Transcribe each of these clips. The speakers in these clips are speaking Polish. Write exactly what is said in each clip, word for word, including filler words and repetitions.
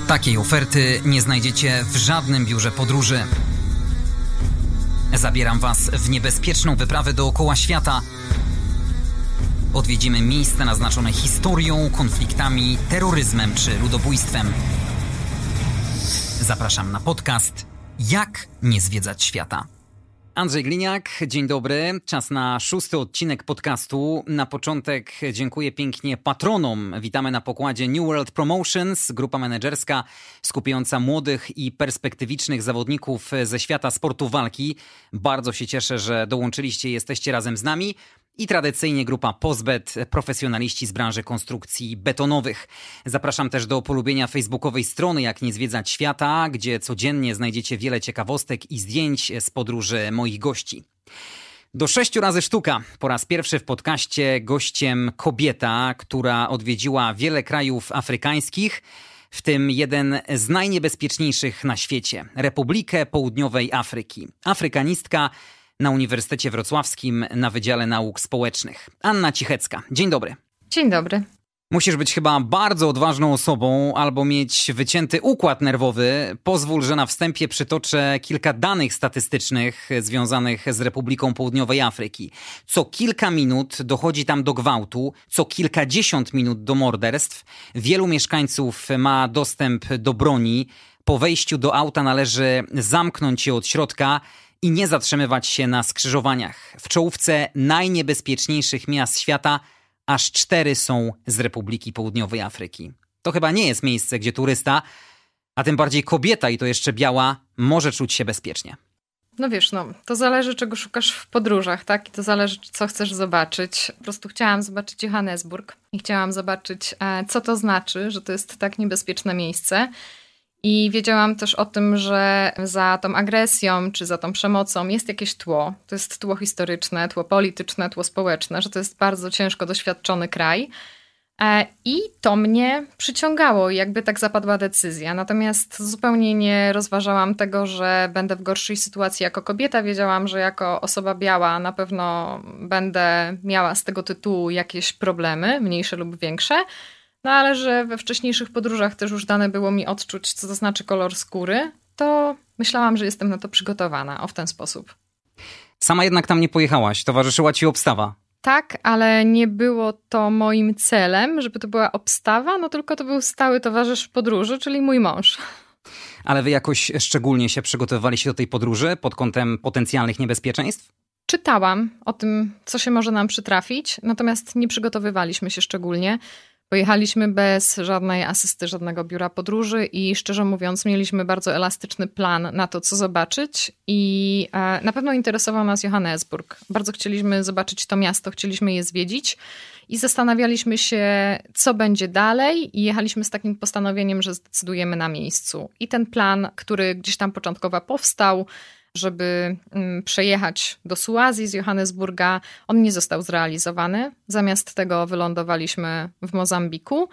Takiej oferty nie znajdziecie w żadnym biurze podróży. Zabieram Was w niebezpieczną wyprawę dookoła świata. Odwiedzimy miejsca naznaczone historią, konfliktami, terroryzmem czy ludobójstwem. Zapraszam na podcast Jak nie zwiedzać świata. Andrzej Gliniak, dzień dobry. Czas na szósty odcinek podcastu. Na początek dziękuję pięknie patronom. Witamy na pokładzie New World Promotions, grupa menedżerska skupiająca młodych i perspektywicznych zawodników ze świata sportu walki. Bardzo się cieszę, że dołączyliście i jesteście razem z nami. I tradycyjnie grupa Pozbet, profesjonaliści z branży konstrukcji betonowych. Zapraszam też do polubienia facebookowej strony Jak nie zwiedzać świata, gdzie codziennie znajdziecie wiele ciekawostek i zdjęć z podróży moich gości. Do sześciu razy sztuka. Po raz pierwszy w podcaście gościem kobieta, która odwiedziła wiele krajów afrykańskich, w tym jeden z najniebezpieczniejszych na świecie, Republikę Południowej Afryki. Afrykanistka na Uniwersytecie Wrocławskim na Wydziale Nauk Społecznych. Anna Cichecka. Dzień dobry. Dzień dobry. Musisz być chyba bardzo odważną osobą albo mieć wycięty układ nerwowy. Pozwól, że na wstępie przytoczę kilka danych statystycznych związanych z Republiką Południowej Afryki. Co kilka minut dochodzi tam do gwałtu, co kilkadziesiąt minut do morderstw. Wielu mieszkańców ma dostęp do broni. Po wejściu do auta należy zamknąć je od środka i nie zatrzymywać się na skrzyżowaniach. W czołówce najniebezpieczniejszych miast świata aż cztery są z Republiki Południowej Afryki. To chyba nie jest miejsce, gdzie turysta, a tym bardziej kobieta i to jeszcze biała, może czuć się bezpiecznie. No wiesz, no to zależy, czego szukasz w podróżach, tak? I to zależy, co chcesz zobaczyć. Po prostu chciałam zobaczyć Johannesburg i chciałam zobaczyć, co to znaczy, że to jest tak niebezpieczne miejsce. I wiedziałam też o tym, że za tą agresją czy za tą przemocą jest jakieś tło. To jest tło historyczne, tło polityczne, tło społeczne, że to jest bardzo ciężko doświadczony kraj. I to mnie przyciągało i jakby tak zapadła decyzja. Natomiast zupełnie nie rozważałam tego, że będę w gorszej sytuacji jako kobieta. Wiedziałam, że jako osoba biała na pewno będę miała z tego tytułu jakieś problemy, mniejsze lub większe. No ale że we wcześniejszych podróżach też już dane było mi odczuć, co to znaczy kolor skóry, to myślałam, że jestem na to przygotowana, o w ten sposób. Sama jednak tam nie pojechałaś, towarzyszyła ci obstawa. Tak, ale nie było to moim celem, żeby to była obstawa, no tylko to był stały towarzysz podróży, czyli mój mąż. Ale wy jakoś szczególnie się przygotowywaliście do tej podróży pod kątem potencjalnych niebezpieczeństw? Czytałam o tym, co się może nam przytrafić, natomiast nie przygotowywaliśmy się szczególnie. Pojechaliśmy bez żadnej asysty, żadnego biura podróży i szczerze mówiąc mieliśmy bardzo elastyczny plan na to, co zobaczyć i na pewno interesował nas Johannesburg. Bardzo chcieliśmy zobaczyć to miasto, chcieliśmy je zwiedzić i zastanawialiśmy się, co będzie dalej i jechaliśmy z takim postanowieniem, że zdecydujemy na miejscu. I ten plan, który gdzieś tam początkowo powstał, żeby przejechać do Suazji z Johannesburga, on nie został zrealizowany. Zamiast tego wylądowaliśmy w Mozambiku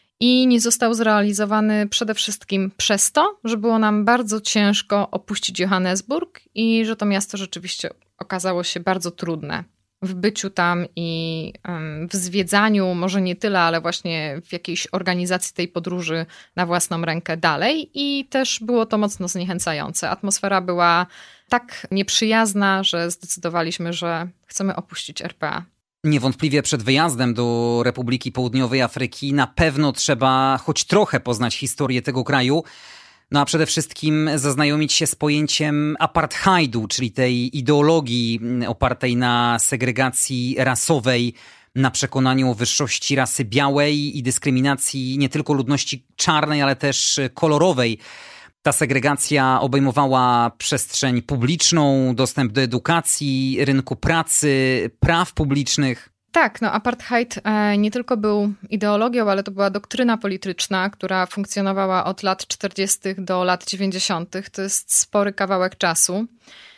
i nie został zrealizowany przede wszystkim przez to, że było nam bardzo ciężko opuścić Johannesburg i że to miasto rzeczywiście okazało się bardzo trudne w byciu tam i w zwiedzaniu, może nie tyle, ale właśnie w jakiejś organizacji tej podróży na własną rękę dalej i też było to mocno zniechęcające. Atmosfera była tak nieprzyjazna, że zdecydowaliśmy, że chcemy opuścić R P A. Niewątpliwie przed wyjazdem do Republiki Południowej Afryki na pewno trzeba choć trochę poznać historię tego kraju, no a przede wszystkim zaznajomić się z pojęciem apartheidu, czyli tej ideologii opartej na segregacji rasowej, na przekonaniu o wyższości rasy białej i dyskryminacji nie tylko ludności czarnej, ale też kolorowej. Ta segregacja obejmowała przestrzeń publiczną, dostęp do edukacji, rynku pracy, praw publicznych. Tak, no apartheid nie tylko był ideologią, ale to była doktryna polityczna, która funkcjonowała od lat czterdziestych do lat dziewięćdziesiątych. To jest spory kawałek czasu.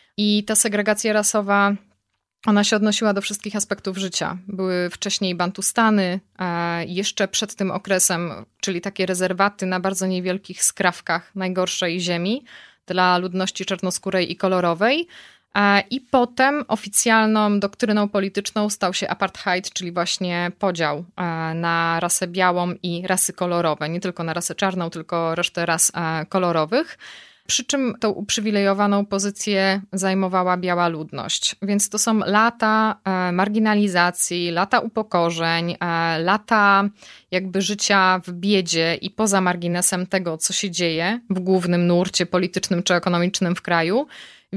I ta segregacja rasowa, ona się odnosiła do wszystkich aspektów życia. Były wcześniej Bantustany, jeszcze przed tym okresem, czyli takie rezerwaty na bardzo niewielkich skrawkach najgorszej ziemi dla ludności czarnoskórej i kolorowej. I potem oficjalną doktryną polityczną stał się apartheid, czyli właśnie podział na rasę białą i rasy kolorowe. Nie tylko na rasę czarną, tylko resztę ras kolorowych. Przy czym tą uprzywilejowaną pozycję zajmowała biała ludność. Więc to są lata marginalizacji, lata upokorzeń, lata jakby życia w biedzie i poza marginesem tego, co się dzieje w głównym nurcie politycznym czy ekonomicznym w kraju.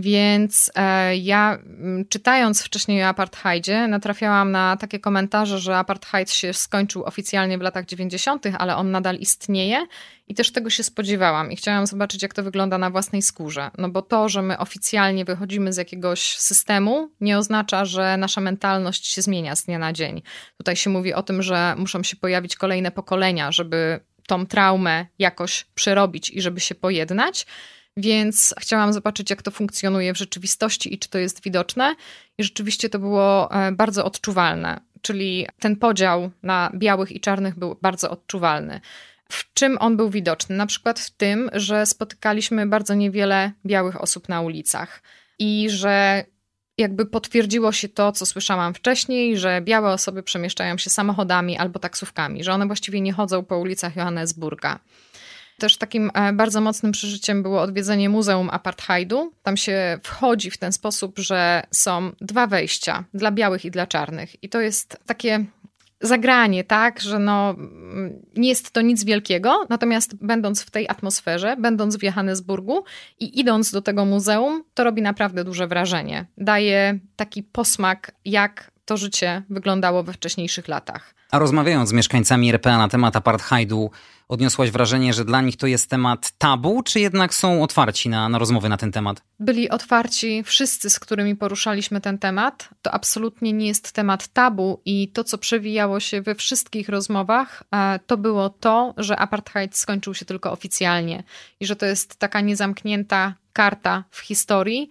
Więc e, ja czytając wcześniej o apartheidzie natrafiałam na takie komentarze, że apartheid się skończył oficjalnie w latach dziewięćdziesiątych, ale on nadal istnieje i też tego się spodziewałam i chciałam zobaczyć, jak to wygląda na własnej skórze. No bo to, że my oficjalnie wychodzimy z jakiegoś systemu, nie oznacza, że nasza mentalność się zmienia z dnia na dzień. Tutaj się mówi o tym, że muszą się pojawić kolejne pokolenia, żeby tą traumę jakoś przerobić i żeby się pojednać. Więc chciałam zobaczyć, jak to funkcjonuje w rzeczywistości i czy to jest widoczne. I rzeczywiście to było bardzo odczuwalne. Czyli ten podział na białych i czarnych był bardzo odczuwalny. W czym on był widoczny? Na przykład w tym, że spotykaliśmy bardzo niewiele białych osób na ulicach i że jakby potwierdziło się to, co słyszałam wcześniej, że białe osoby przemieszczają się samochodami albo taksówkami, że one właściwie nie chodzą po ulicach Johannesburga. Też takim bardzo mocnym przeżyciem było odwiedzenie Muzeum Apartheidu. Tam się wchodzi w ten sposób, że są dwa wejścia dla białych i dla czarnych. I to jest takie zagranie, tak, że no, nie jest to nic wielkiego, natomiast będąc w tej atmosferze, będąc w Johannesburgu i idąc do tego muzeum, to robi naprawdę duże wrażenie. Daje taki posmak, jak to życie wyglądało we wcześniejszych latach. A rozmawiając z mieszkańcami R P A na temat apartheidu, odniosłaś wrażenie, że dla nich to jest temat tabu, czy jednak są otwarci na, na rozmowy na ten temat? Byli otwarci wszyscy, z którymi poruszaliśmy ten temat. To absolutnie nie jest temat tabu i to, co przewijało się we wszystkich rozmowach, to było to, że apartheid skończył się tylko oficjalnie i że to jest taka niezamknięta karta w historii,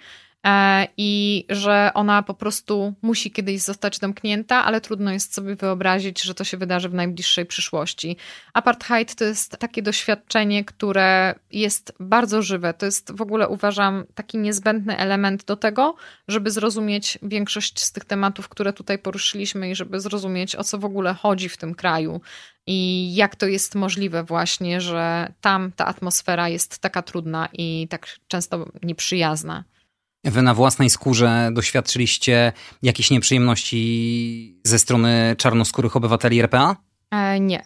i że ona po prostu musi kiedyś zostać zamknięta, ale trudno jest sobie wyobrazić, że to się wydarzy w najbliższej przyszłości. Apartheid to jest takie doświadczenie, które jest bardzo żywe. To jest w ogóle, uważam, taki niezbędny element do tego, żeby zrozumieć większość z tych tematów, które tutaj poruszyliśmy i żeby zrozumieć, o co w ogóle chodzi w tym kraju. I jak to jest możliwe właśnie, że tam ta atmosfera jest taka trudna i tak często nieprzyjazna. Wy na własnej skórze doświadczyliście jakichś nieprzyjemności ze strony czarnoskórych obywateli R P A? E, nie.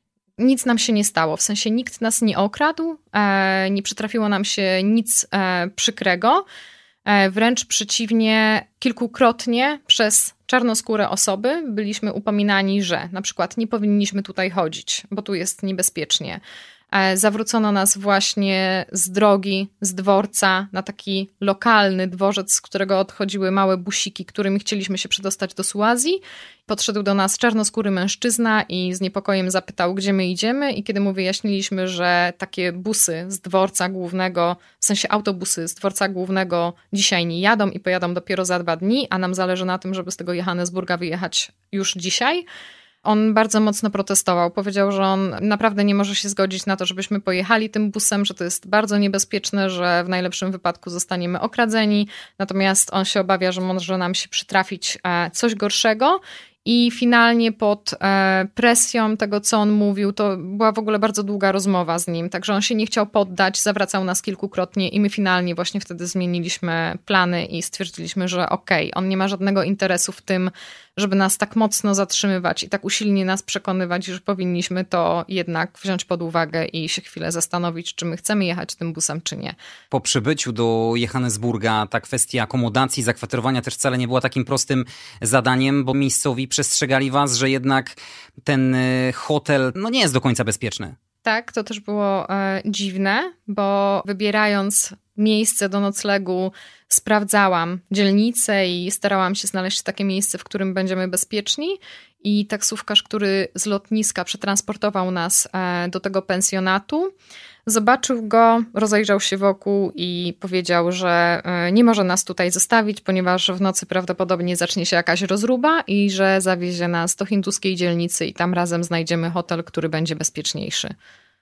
Nic nam się nie stało. W sensie nikt nas nie okradł, e, nie przytrafiło nam się nic e, przykrego. E, wręcz przeciwnie, kilkukrotnie przez czarnoskóre osoby byliśmy upominani, że na przykład nie powinniśmy tutaj chodzić, bo tu jest niebezpiecznie. Zawrócono nas właśnie z drogi, z dworca na taki lokalny dworzec, z którego odchodziły małe busiki, którymi chcieliśmy się przedostać do Suazji. Podszedł do nas czarnoskóry mężczyzna i z niepokojem zapytał, gdzie my idziemy, i kiedy mu wyjaśniliśmy, że takie busy z dworca głównego, w sensie autobusy z dworca głównego dzisiaj nie jadą i pojadą dopiero za dwa dni, a nam zależy na tym, żeby z tego Johannesburga wyjechać już dzisiaj, on bardzo mocno protestował. Powiedział, że on naprawdę nie może się zgodzić na to, żebyśmy pojechali tym busem, że to jest bardzo niebezpieczne, że w najlepszym wypadku zostaniemy okradzeni. Natomiast on się obawia, że może nam się przytrafić coś gorszego. I finalnie pod presją tego, co on mówił, to była w ogóle bardzo długa rozmowa z nim, także on się nie chciał poddać, zawracał nas kilkukrotnie i my finalnie właśnie wtedy zmieniliśmy plany i stwierdziliśmy, że okej, okay, on nie ma żadnego interesu w tym, żeby nas tak mocno zatrzymywać i tak usilnie nas przekonywać, że powinniśmy to jednak wziąć pod uwagę i się chwilę zastanowić, czy my chcemy jechać tym busem, czy nie. Po przybyciu do Johannesburga ta kwestia akomodacji, zakwaterowania też wcale nie była takim prostym zadaniem, bo miejscowi przestrzegali was, że jednak ten hotel no nie jest do końca bezpieczny. Tak, to też było e, dziwne, bo wybierając miejsce do noclegu sprawdzałam dzielnicę i starałam się znaleźć takie miejsce, w którym będziemy bezpieczni. I taksówkarz, który z lotniska przetransportował nas e, do tego pensjonatu, zobaczył go, rozejrzał się wokół i powiedział, że nie może nas tutaj zostawić, ponieważ w nocy prawdopodobnie zacznie się jakaś rozruba i że zawiezie nas do hinduskiej dzielnicy i tam razem znajdziemy hotel, który będzie bezpieczniejszy.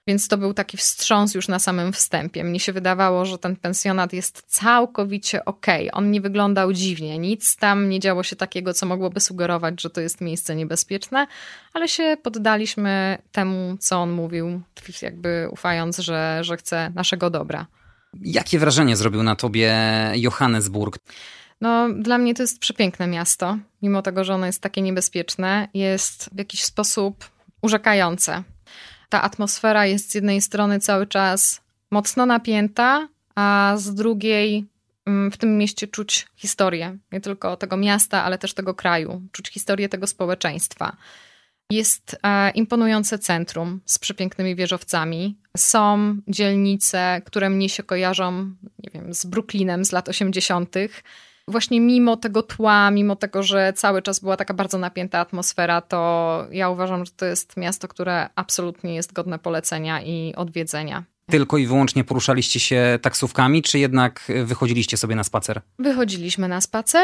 Więc to był taki wstrząs już na samym wstępie. Mnie się wydawało, że ten pensjonat jest całkowicie okej. On nie wyglądał dziwnie. Nic tam nie działo się takiego, co mogłoby sugerować, że to jest miejsce niebezpieczne, ale się poddaliśmy temu, co on mówił, jakby ufając, że, że chce naszego dobra. Jakie wrażenie zrobił na tobie Johannesburg? No, dla mnie to jest przepiękne miasto. Mimo tego, że ono jest takie niebezpieczne, jest w jakiś sposób urzekające. Ta atmosfera jest z jednej strony cały czas mocno napięta, a z drugiej w tym mieście czuć historię. Nie tylko tego miasta, ale też tego kraju. Czuć historię tego społeczeństwa. Jest e, imponujące centrum z przepięknymi wieżowcami. Są dzielnice, które mnie się kojarzą, nie wiem, z Brooklynem z lat osiemdziesiątych. Właśnie mimo tego tła, mimo tego, że cały czas była taka bardzo napięta atmosfera, to ja uważam, że to jest miasto, które absolutnie jest godne polecenia i odwiedzenia. Tylko i wyłącznie poruszaliście się taksówkami, czy jednak wychodziliście sobie na spacer? Wychodziliśmy na spacer,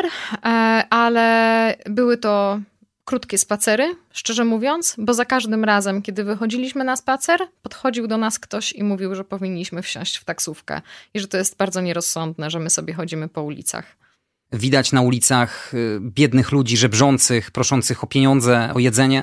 ale były to krótkie spacery, szczerze mówiąc, bo za każdym razem, kiedy wychodziliśmy na spacer, podchodził do nas ktoś i mówił, że powinniśmy wsiąść w taksówkę i że to jest bardzo nierozsądne, że my sobie chodzimy po ulicach. Widać na ulicach biednych ludzi żebrzących, proszących o pieniądze, o jedzenie?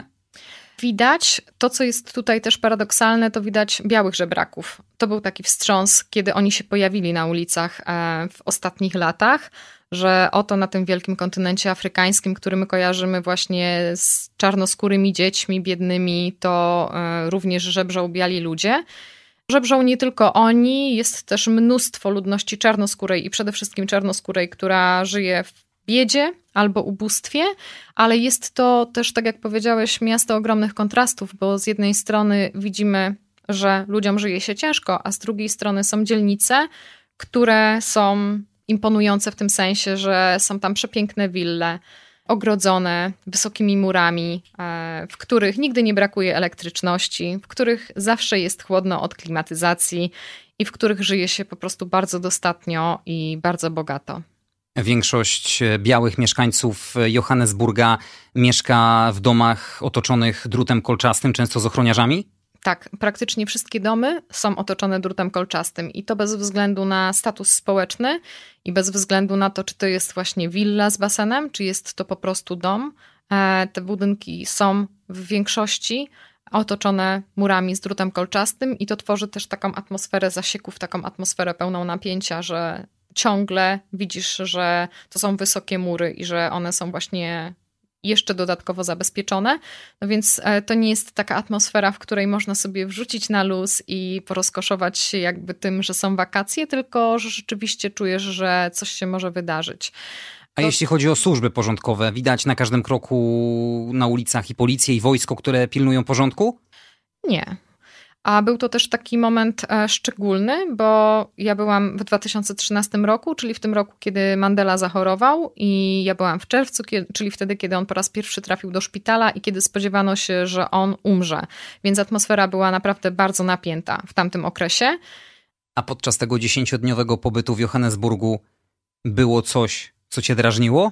Widać. To, co jest tutaj też paradoksalne, to widać białych żebraków. To był taki wstrząs, kiedy oni się pojawili na ulicach w ostatnich latach, że oto na tym wielkim kontynencie afrykańskim, który my kojarzymy właśnie z czarnoskórymi dziećmi biednymi, to również żebrzą biali ludzie. Żebrzą nie tylko oni, jest też mnóstwo ludności czarnoskórej i przede wszystkim czarnoskórej, która żyje w biedzie albo ubóstwie, ale jest to też, tak jak powiedziałeś, miasto ogromnych kontrastów, bo z jednej strony widzimy, że ludziom żyje się ciężko, a z drugiej strony są dzielnice, które są imponujące w tym sensie, że są tam przepiękne wille, ogrodzone wysokimi murami, w których nigdy nie brakuje elektryczności, w których zawsze jest chłodno od klimatyzacji i w których żyje się po prostu bardzo dostatnio i bardzo bogato. Większość białych mieszkańców Johannesburga mieszka w domach otoczonych drutem kolczastym, często z ochroniarzami? Tak, praktycznie wszystkie domy są otoczone drutem kolczastym i to bez względu na status społeczny i bez względu na to, czy to jest właśnie willa z basenem, czy jest to po prostu dom. Te budynki są w większości otoczone murami z drutem kolczastym i to tworzy też taką atmosferę zasieków, taką atmosferę pełną napięcia, że ciągle widzisz, że to są wysokie mury i że one są właśnie jeszcze dodatkowo zabezpieczone. No więc to nie jest taka atmosfera, w której można sobie wrzucić na luz i porozkoszować się jakby tym, że są wakacje, tylko że rzeczywiście czujesz, że coś się może wydarzyć. A to... jeśli chodzi o służby porządkowe, widać na każdym kroku na ulicach i policję, i wojsko, które pilnują porządku? Nie. A był to też taki moment szczególny, bo ja byłam w dwa tysiące trzynastym roku, czyli w tym roku, kiedy Mandela zachorował i ja byłam w czerwcu, czyli wtedy, kiedy on po raz pierwszy trafił do szpitala i kiedy spodziewano się, że on umrze. Więc atmosfera była naprawdę bardzo napięta w tamtym okresie. A podczas tego dziesięciodniowego pobytu w Johannesburgu było coś, co cię drażniło?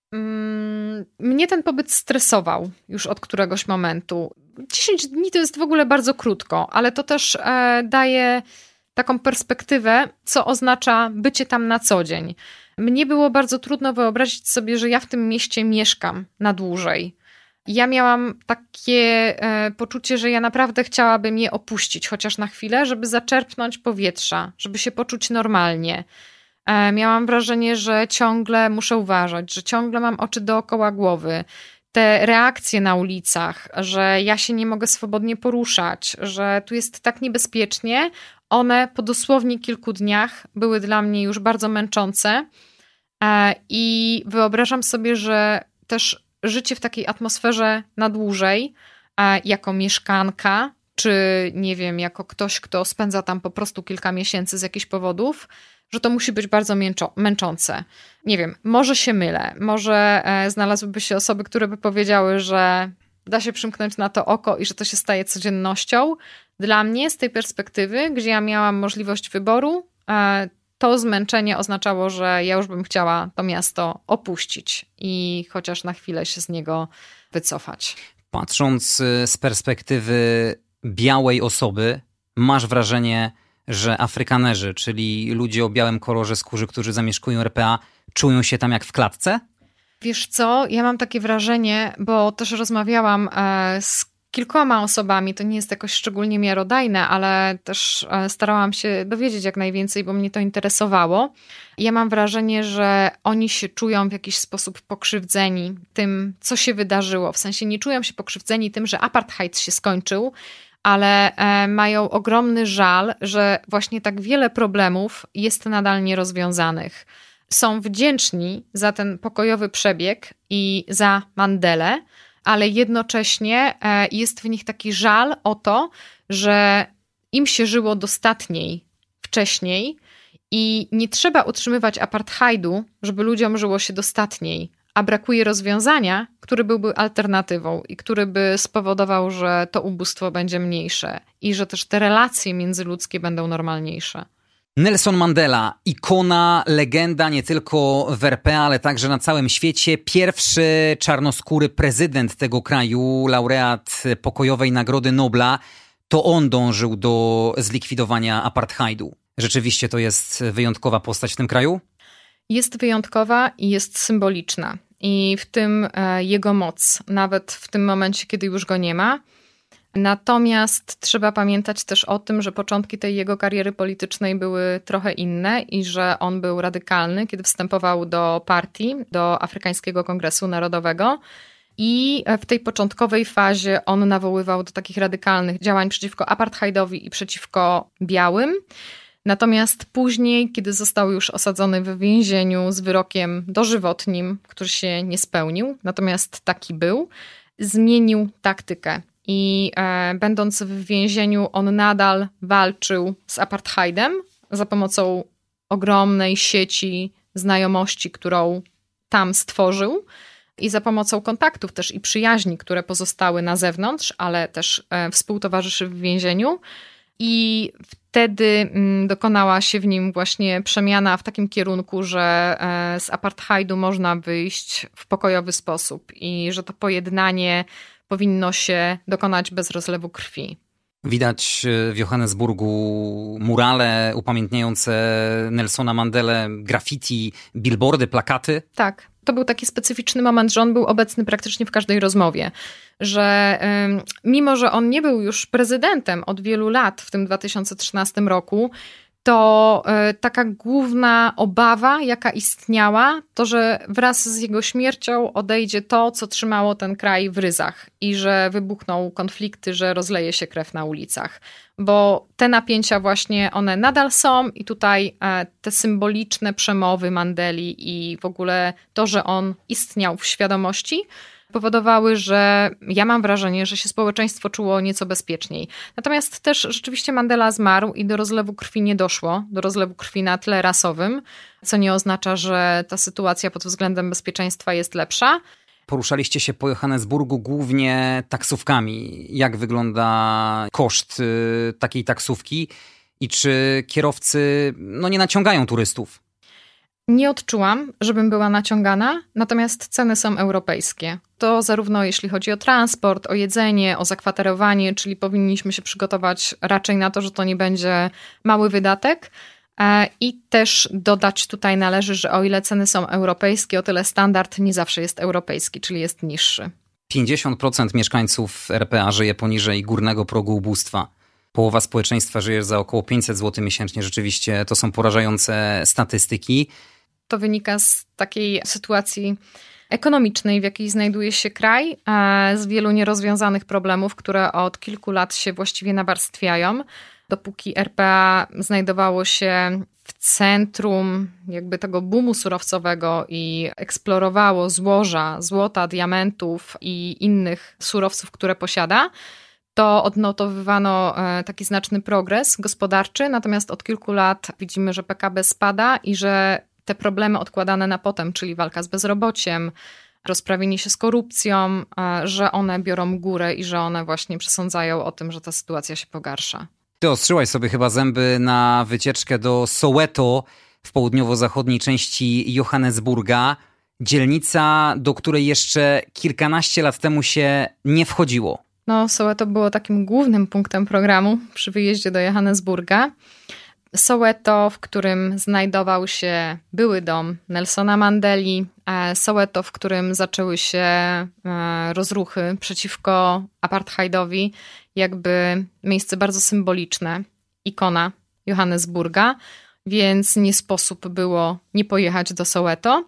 Mnie ten pobyt stresował już od któregoś momentu. dziesięć dni to jest w ogóle bardzo krótko, ale to też e, daje taką perspektywę, co oznacza bycie tam na co dzień. Mnie było bardzo trudno wyobrazić sobie, że ja w tym mieście mieszkam na dłużej. Ja miałam takie e, poczucie, że ja naprawdę chciałabym je opuścić chociaż na chwilę, żeby zaczerpnąć powietrza, żeby się poczuć normalnie. Miałam wrażenie, że ciągle muszę uważać, że ciągle mam oczy dookoła głowy. Te reakcje na ulicach, że ja się nie mogę swobodnie poruszać, że tu jest tak niebezpiecznie, one po dosłownie kilku dniach były dla mnie już bardzo męczące. I wyobrażam sobie, że też życie w takiej atmosferze na dłużej, jako mieszkanka, czy nie wiem, jako ktoś, kto spędza tam po prostu kilka miesięcy z jakichś powodów, że to musi być bardzo męczą- męczące. Nie wiem, może się mylę, może e, znalazłyby się osoby, które by powiedziały, że da się przymknąć na to oko i że to się staje codziennością. Dla mnie z tej perspektywy, gdzie ja miałam możliwość wyboru, e, to zmęczenie oznaczało, że ja już bym chciała to miasto opuścić i chociaż na chwilę się z niego wycofać. Patrząc z perspektywy białej osoby, masz wrażenie, że Afrykanerzy, czyli ludzie o białym kolorze skóry, którzy zamieszkują R P A, czują się tam jak w klatce? Wiesz co, ja mam takie wrażenie, bo też rozmawiałam z kilkoma osobami, to nie jest jakoś szczególnie miarodajne, ale też starałam się dowiedzieć jak najwięcej, bo mnie to interesowało. Ja mam wrażenie, że oni się czują w jakiś sposób pokrzywdzeni tym, co się wydarzyło. W sensie nie czują się pokrzywdzeni tym, że apartheid się skończył, ale mają ogromny żal, że właśnie tak wiele problemów jest nadal nierozwiązanych. Są wdzięczni za ten pokojowy przebieg i za Mandelę, ale jednocześnie jest w nich taki żal o to, że im się żyło dostatniej wcześniej i nie trzeba utrzymywać apartheidu, żeby ludziom żyło się dostatniej, a brakuje rozwiązania, który byłby alternatywą i który by spowodował, że to ubóstwo będzie mniejsze i że też te relacje międzyludzkie będą normalniejsze. Nelson Mandela, ikona, legenda nie tylko w R P A, ale także na całym świecie. Pierwszy czarnoskóry prezydent tego kraju, laureat pokojowej Nagrody Nobla. To on dążył do zlikwidowania apartheidu. Rzeczywiście to jest wyjątkowa postać w tym kraju? Jest wyjątkowa i jest symboliczna. I w tym jego moc, nawet w tym momencie, kiedy już go nie ma. Natomiast trzeba pamiętać też o tym, że początki tej jego kariery politycznej były trochę inne i że on był radykalny, kiedy wstępował do partii, do Afrykańskiego Kongresu Narodowego. I w tej początkowej fazie on nawoływał do takich radykalnych działań przeciwko apartheidowi i przeciwko białym. Natomiast później, kiedy został już osadzony w więzieniu z wyrokiem dożywotnim, który się nie spełnił, natomiast taki był, zmienił taktykę. I e, będąc w więzieniu, on nadal walczył z apartheidem za pomocą ogromnej sieci znajomości, którą tam stworzył i za pomocą kontaktów też i przyjaźni, które pozostały na zewnątrz, ale też e, współtowarzyszy w więzieniu. I wtedy m, dokonała się w nim właśnie przemiana w takim kierunku, że e, z apartheidu można wyjść w pokojowy sposób i że to pojednanie powinno się dokonać bez rozlewu krwi. Widać w Johannesburgu murale upamiętniające Nelsona Mandelę, graffiti, billboardy, plakaty. Tak, to był taki specyficzny moment, że on był obecny praktycznie w każdej rozmowie. Że ym, mimo, że on nie był już prezydentem od wielu lat w tym dwa tysiące trzynastym roku, to y, taka główna obawa, jaka istniała, to że wraz z jego śmiercią odejdzie to, co trzymało ten kraj w ryzach i że wybuchną konflikty, że rozleje się krew na ulicach. Bo te napięcia właśnie, one nadal są i tutaj y, te symboliczne przemowy Mandeli i w ogóle to, że on istniał w świadomości, powodowały, że ja mam wrażenie, że się społeczeństwo czuło nieco bezpieczniej. Natomiast też rzeczywiście Mandela zmarł i do rozlewu krwi nie doszło, do rozlewu krwi na tle rasowym, co nie oznacza, że ta sytuacja pod względem bezpieczeństwa jest lepsza. Poruszaliście się po Johannesburgu głównie taksówkami. Jak wygląda koszt y, takiej taksówki i czy kierowcy no, nie naciągają turystów? Nie odczułam, żebym była naciągana, natomiast ceny są europejskie. To zarówno jeśli chodzi o transport, o jedzenie, o zakwaterowanie, czyli powinniśmy się przygotować raczej na to, że to nie będzie mały wydatek. I też dodać tutaj należy, że o ile ceny są europejskie, o tyle standard nie zawsze jest europejski, czyli jest niższy. pięćdziesiąt procent mieszkańców R P A żyje poniżej górnego progu ubóstwa. Połowa społeczeństwa żyje za około pięćset złotych miesięcznie. Rzeczywiście to są porażające statystyki. To wynika z takiej sytuacji ekonomicznej, w jakiej znajduje się kraj, z wielu nierozwiązanych problemów, które od kilku lat się właściwie nawarstwiają. Dopóki R P A znajdowało się w centrum jakby tego boomu surowcowego i eksplorowało złoża, złota, diamentów i innych surowców, które posiada, to odnotowywano taki znaczny progres gospodarczy, natomiast od kilku lat widzimy, że P K B spada i że te problemy odkładane na potem, czyli walka z bezrobociem, rozprawienie się z korupcją, że one biorą górę i że one właśnie przesądzają o tym, że ta sytuacja się pogarsza. Ty ostrzyłaś sobie chyba zęby na wycieczkę do Soweto w południowo-zachodniej części Johannesburga. Dzielnica, do której jeszcze kilkanaście lat temu się nie wchodziło. No, Soweto było takim głównym punktem programu przy wyjeździe do Johannesburga. Soweto, w którym znajdował się były dom Nelsona Mandeli, Soweto, w którym zaczęły się rozruchy przeciwko apartheidowi, jakby miejsce bardzo symboliczne, ikona Johannesburga, więc nie sposób było nie pojechać do Soweto.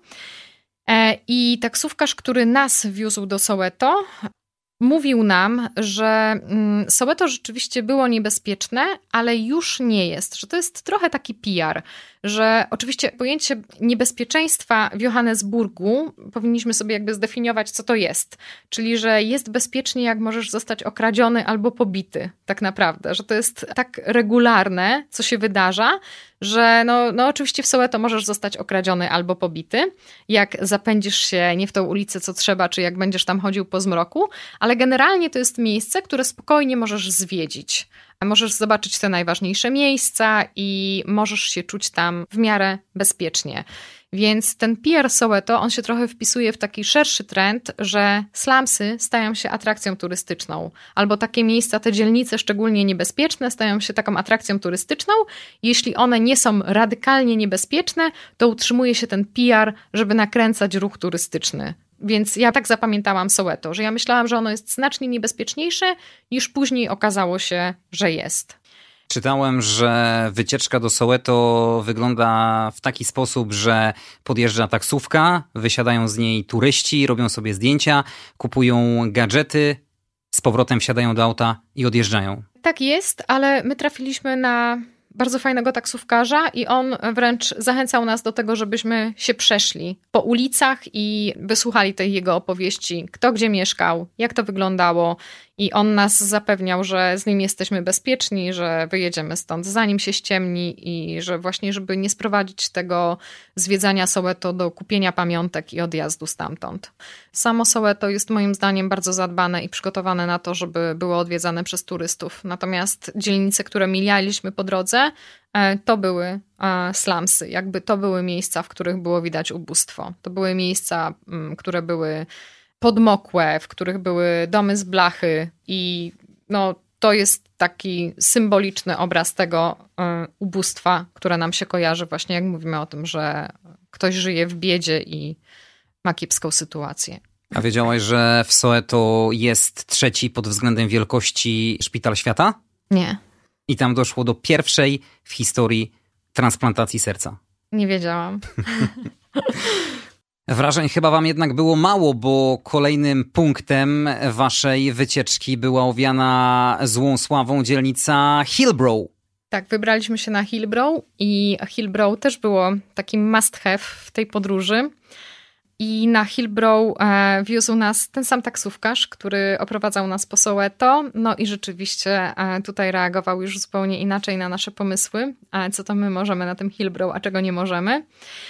I taksówkarz, który nas wiózł do Soweto, mówił nam, że Soweto rzeczywiście było niebezpieczne, ale już nie jest, że to jest trochę taki P R, że oczywiście pojęcie niebezpieczeństwa w Johannesburgu powinniśmy sobie jakby zdefiniować, co to jest. Czyli, że jest bezpiecznie, jak możesz zostać okradziony albo pobity, tak naprawdę. Że to jest tak regularne, co się wydarza, że no, no oczywiście w Soweto możesz zostać okradziony albo pobity, jak zapędzisz się nie w tą ulicę, co trzeba, czy jak będziesz tam chodził po zmroku, ale generalnie to jest miejsce, które spokojnie możesz zwiedzić. Możesz zobaczyć te najważniejsze miejsca i możesz się czuć tam w miarę bezpiecznie. Więc ten P R Soweto, on się trochę wpisuje w taki szerszy trend, że slumsy stają się atrakcją turystyczną. Albo takie miejsca, te dzielnice szczególnie niebezpieczne stają się taką atrakcją turystyczną. Jeśli one nie są radykalnie niebezpieczne, to utrzymuje się ten P R, żeby nakręcać ruch turystyczny. Więc ja tak zapamiętałam Soweto, że ja myślałam, że ono jest znacznie niebezpieczniejsze, niż później okazało się, że jest. Czytałem, że wycieczka do Soweto wygląda w taki sposób, że podjeżdża taksówka, wysiadają z niej turyści, robią sobie zdjęcia, kupują gadżety, z powrotem wsiadają do auta i odjeżdżają. Tak jest, ale my trafiliśmy na bardzo fajnego taksówkarza i on wręcz zachęcał nas do tego, żebyśmy się przeszli po ulicach i wysłuchali tej jego opowieści, kto gdzie mieszkał, jak to wyglądało. I on nas zapewniał, że z nim jesteśmy bezpieczni, że wyjedziemy stąd zanim się ściemni i że właśnie, żeby nie sprowadzić tego zwiedzania Soweto do kupienia pamiątek i odjazdu stamtąd. Samo Soweto jest moim zdaniem bardzo zadbane i przygotowane na to, żeby było odwiedzane przez turystów. Natomiast dzielnice, które mijaliśmy po drodze, to były slumsy. Jakby to były miejsca, w których było widać ubóstwo. To były miejsca, które były podmokłe, w których były domy z blachy i no, to jest taki symboliczny obraz tego y, ubóstwa, które nam się kojarzy właśnie jak mówimy o tym, że ktoś żyje w biedzie i ma kiepską sytuację. A wiedziałaś, że w Soweto jest trzeci pod względem wielkości szpital świata? Nie. I tam doszło do pierwszej w historii transplantacji serca. Nie wiedziałam. Wrażeń chyba wam jednak było mało, bo kolejnym punktem waszej wycieczki była owiana złą sławą dzielnica Hillbrow. Tak, wybraliśmy się na Hillbrow i Hillbrow też było takim must have w tej podróży. I na Hillbrow e, wiózł nas ten sam taksówkarz, który oprowadzał nas po Soweto. No i rzeczywiście e, tutaj reagował już zupełnie inaczej na nasze pomysły, e, co to my możemy na tym Hillbrow, a czego nie możemy.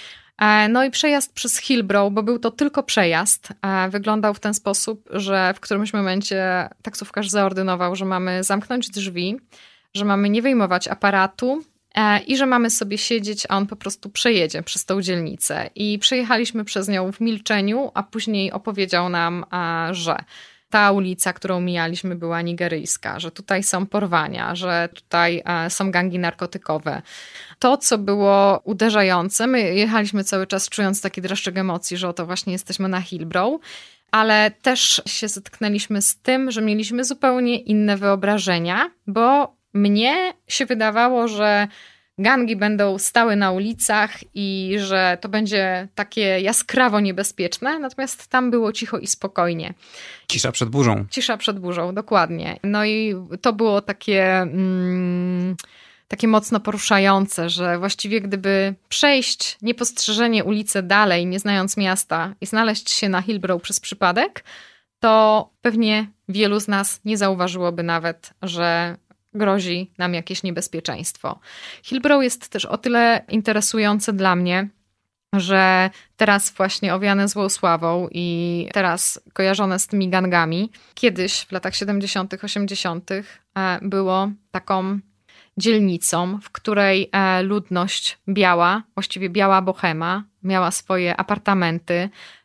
No i przejazd przez Hillbrow, bo był to tylko przejazd, wyglądał w ten sposób, że w którymś momencie taksówkarz zaordynował, że mamy zamknąć drzwi, że mamy nie wyjmować aparatu i że mamy sobie siedzieć, a on po prostu przejedzie przez tą dzielnicę. I przejechaliśmy przez nią w milczeniu, a później opowiedział nam, że ta ulica, którą mijaliśmy, była nigeryjska, że tutaj są porwania, że tutaj są gangi narkotykowe. To, co było uderzające, my jechaliśmy cały czas czując taki dreszczyk emocji, że oto właśnie jesteśmy na Hillbrow, ale też się zetknęliśmy z tym, że mieliśmy zupełnie inne wyobrażenia, bo mnie się wydawało, że gangi będą stały na ulicach i że to będzie takie jaskrawo niebezpieczne, natomiast tam było cicho i spokojnie. Cisza przed burzą. Cisza przed burzą, dokładnie. No i to było takie, mm, takie mocno poruszające, że właściwie gdyby przejść niepostrzeżenie ulicę dalej, nie znając miasta i znaleźć się na Hillbrow przez przypadek, to pewnie wielu z nas nie zauważyłoby nawet, że grozi nam jakieś niebezpieczeństwo. Hillbrow jest też o tyle interesujące dla mnie, że teraz właśnie owiane złą sławą i teraz kojarzone z tymi gangami. Kiedyś w latach siedemdziesiątych, osiemdziesiątych było taką dzielnicą, w której ludność biała, właściwie biała bohema, miała swoje apartamenty.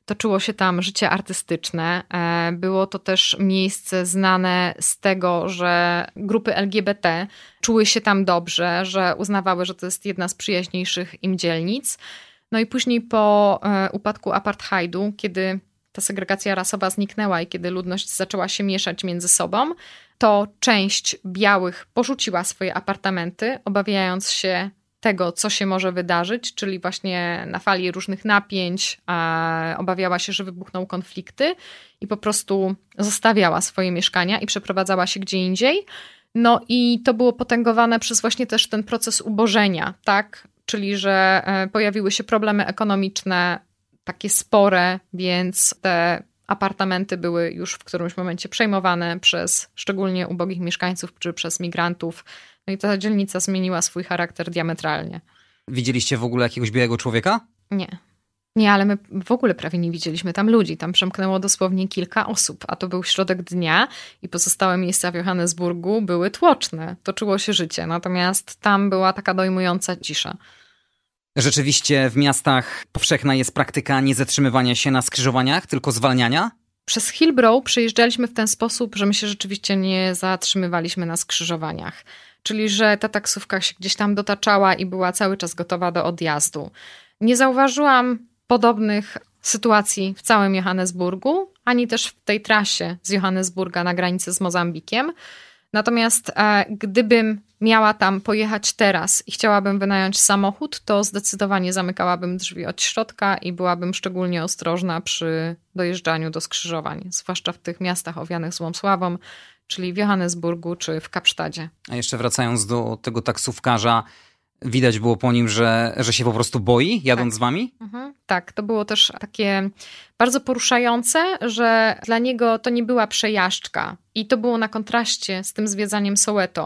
Toczyło się tam życie artystyczne. Było to też miejsce znane z tego, że grupy L G B T czuły się tam dobrze, że uznawały, że to jest jedna z przyjaźniejszych im dzielnic. No i później po upadku apartheidu, kiedy ta segregacja rasowa zniknęła i kiedy ludność zaczęła się mieszać między sobą, to część białych porzuciła swoje apartamenty, obawiając się tego, co się może wydarzyć, czyli właśnie na fali różnych napięć, a obawiała się, że wybuchną konflikty i po prostu zostawiała swoje mieszkania i przeprowadzała się gdzie indziej. No i to było potęgowane przez właśnie też ten proces ubożenia, tak? Czyli że pojawiły się problemy ekonomiczne, takie spore, więc te apartamenty były już w którymś momencie przejmowane przez szczególnie ubogich mieszkańców czy przez migrantów. No i ta dzielnica zmieniła swój charakter diametralnie. Widzieliście w ogóle jakiegoś białego człowieka? Nie. Nie, ale my w ogóle prawie nie widzieliśmy tam ludzi. Tam przemknęło dosłownie kilka osób, a to był środek dnia i pozostałe miejsca w Johannesburgu były tłoczne. Toczyło się życie, natomiast tam była taka dojmująca cisza. Rzeczywiście w miastach powszechna jest praktyka niezatrzymywania się na skrzyżowaniach, tylko zwalniania? Przez Hillbrow przejeżdżaliśmy w ten sposób, że my się rzeczywiście nie zatrzymywaliśmy na skrzyżowaniach. Czyli, że ta taksówka się gdzieś tam dotaczała i była cały czas gotowa do odjazdu. Nie zauważyłam podobnych sytuacji w całym Johannesburgu, ani też w tej trasie z Johannesburga na granicy z Mozambikiem. Natomiast e, gdybym miała tam pojechać teraz i chciałabym wynająć samochód, to zdecydowanie zamykałabym drzwi od środka i byłabym szczególnie ostrożna przy dojeżdżaniu do skrzyżowań, zwłaszcza w tych miastach owianych złą sławą, czyli w Johannesburgu czy w Kapsztadzie. A jeszcze wracając do tego taksówkarza, widać było po nim, że, że się po prostu boi, jadąc tak. z wami? Mhm. Tak, to było też takie bardzo poruszające, że dla niego to nie była przejażdżka. I to było na kontraście z tym zwiedzaniem Soweto,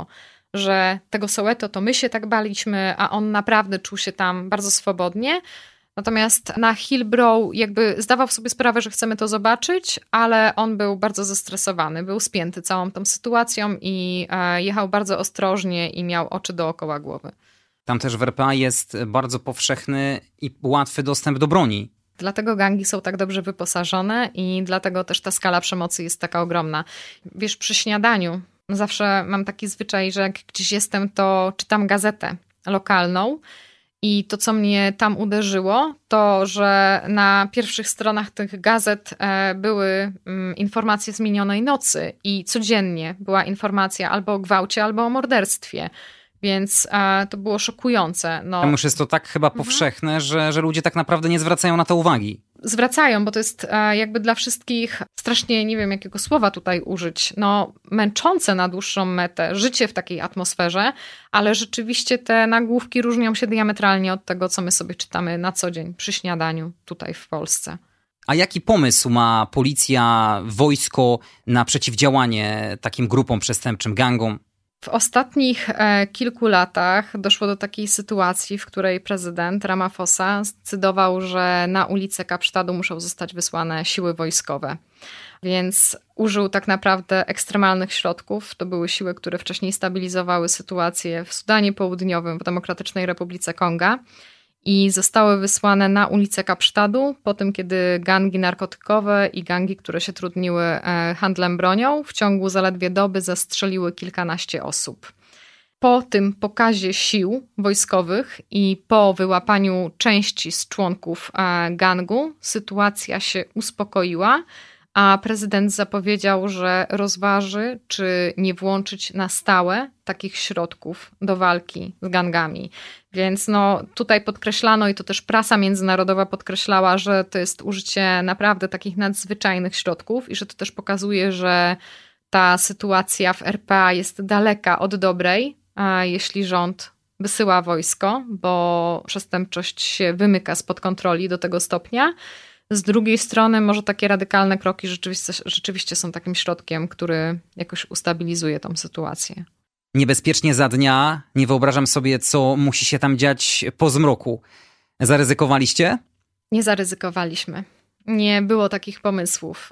że tego Soweto to my się tak baliśmy, a on naprawdę czuł się tam bardzo swobodnie. Natomiast na Hillbrow jakby zdawał sobie sprawę, że chcemy to zobaczyć, ale on był bardzo zestresowany, był spięty całą tą sytuacją i jechał bardzo ostrożnie i miał oczy dookoła głowy. Tam też w R P A jest bardzo powszechny i łatwy dostęp do broni. Dlatego gangi są tak dobrze wyposażone i dlatego też ta skala przemocy jest taka ogromna. Wiesz, przy śniadaniu zawsze mam taki zwyczaj, że jak gdzieś jestem, to czytam gazetę lokalną i to, co mnie tam uderzyło, to, że na pierwszych stronach tych gazet były informacje z minionej nocy i codziennie była informacja albo o gwałcie, albo o morderstwie. Więc e, to było szokujące. No. Tam już jest to tak chyba mhm. powszechne, że, że ludzie tak naprawdę nie zwracają na to uwagi. Zwracają, bo to jest e, jakby dla wszystkich strasznie, nie wiem jakiego słowa tutaj użyć, no męczące na dłuższą metę życie w takiej atmosferze, ale rzeczywiście te nagłówki różnią się diametralnie od tego, co my sobie czytamy na co dzień przy śniadaniu tutaj w Polsce. A jaki pomysł ma policja, wojsko na przeciwdziałanie takim grupom przestępczym, gangom? W ostatnich e, kilku latach doszło do takiej sytuacji, w której prezydent Ramaphosa zdecydował, że na ulicę Kapsztadu muszą zostać wysłane siły wojskowe. Więc użył tak naprawdę ekstremalnych środków. To były siły, które wcześniej stabilizowały sytuację w Sudanie Południowym, w Demokratycznej Republice Konga. I zostały wysłane na ulicę Kapsztadu po tym, kiedy gangi narkotykowe i gangi, które się trudniły handlem bronią, w ciągu zaledwie doby zastrzeliły kilkanaście osób. Po tym pokazie sił wojskowych i po wyłapaniu części z członków gangu sytuacja się uspokoiła, a prezydent zapowiedział, że rozważy, czy nie włączyć na stałe takich środków do walki z gangami. Więc no, tutaj podkreślano i to też prasa międzynarodowa podkreślała, że to jest użycie naprawdę takich nadzwyczajnych środków i że to też pokazuje, że ta sytuacja w R P A jest daleka od dobrej, jeśli rząd wysyła wojsko, bo przestępczość się wymyka spod kontroli do tego stopnia. Z drugiej strony może takie radykalne kroki rzeczywiście, rzeczywiście są takim środkiem, który jakoś ustabilizuje tą sytuację. Niebezpiecznie za dnia. Nie wyobrażam sobie, co musi się tam dziać po zmroku. Zaryzykowaliście? Nie zaryzykowaliśmy. Nie było takich pomysłów.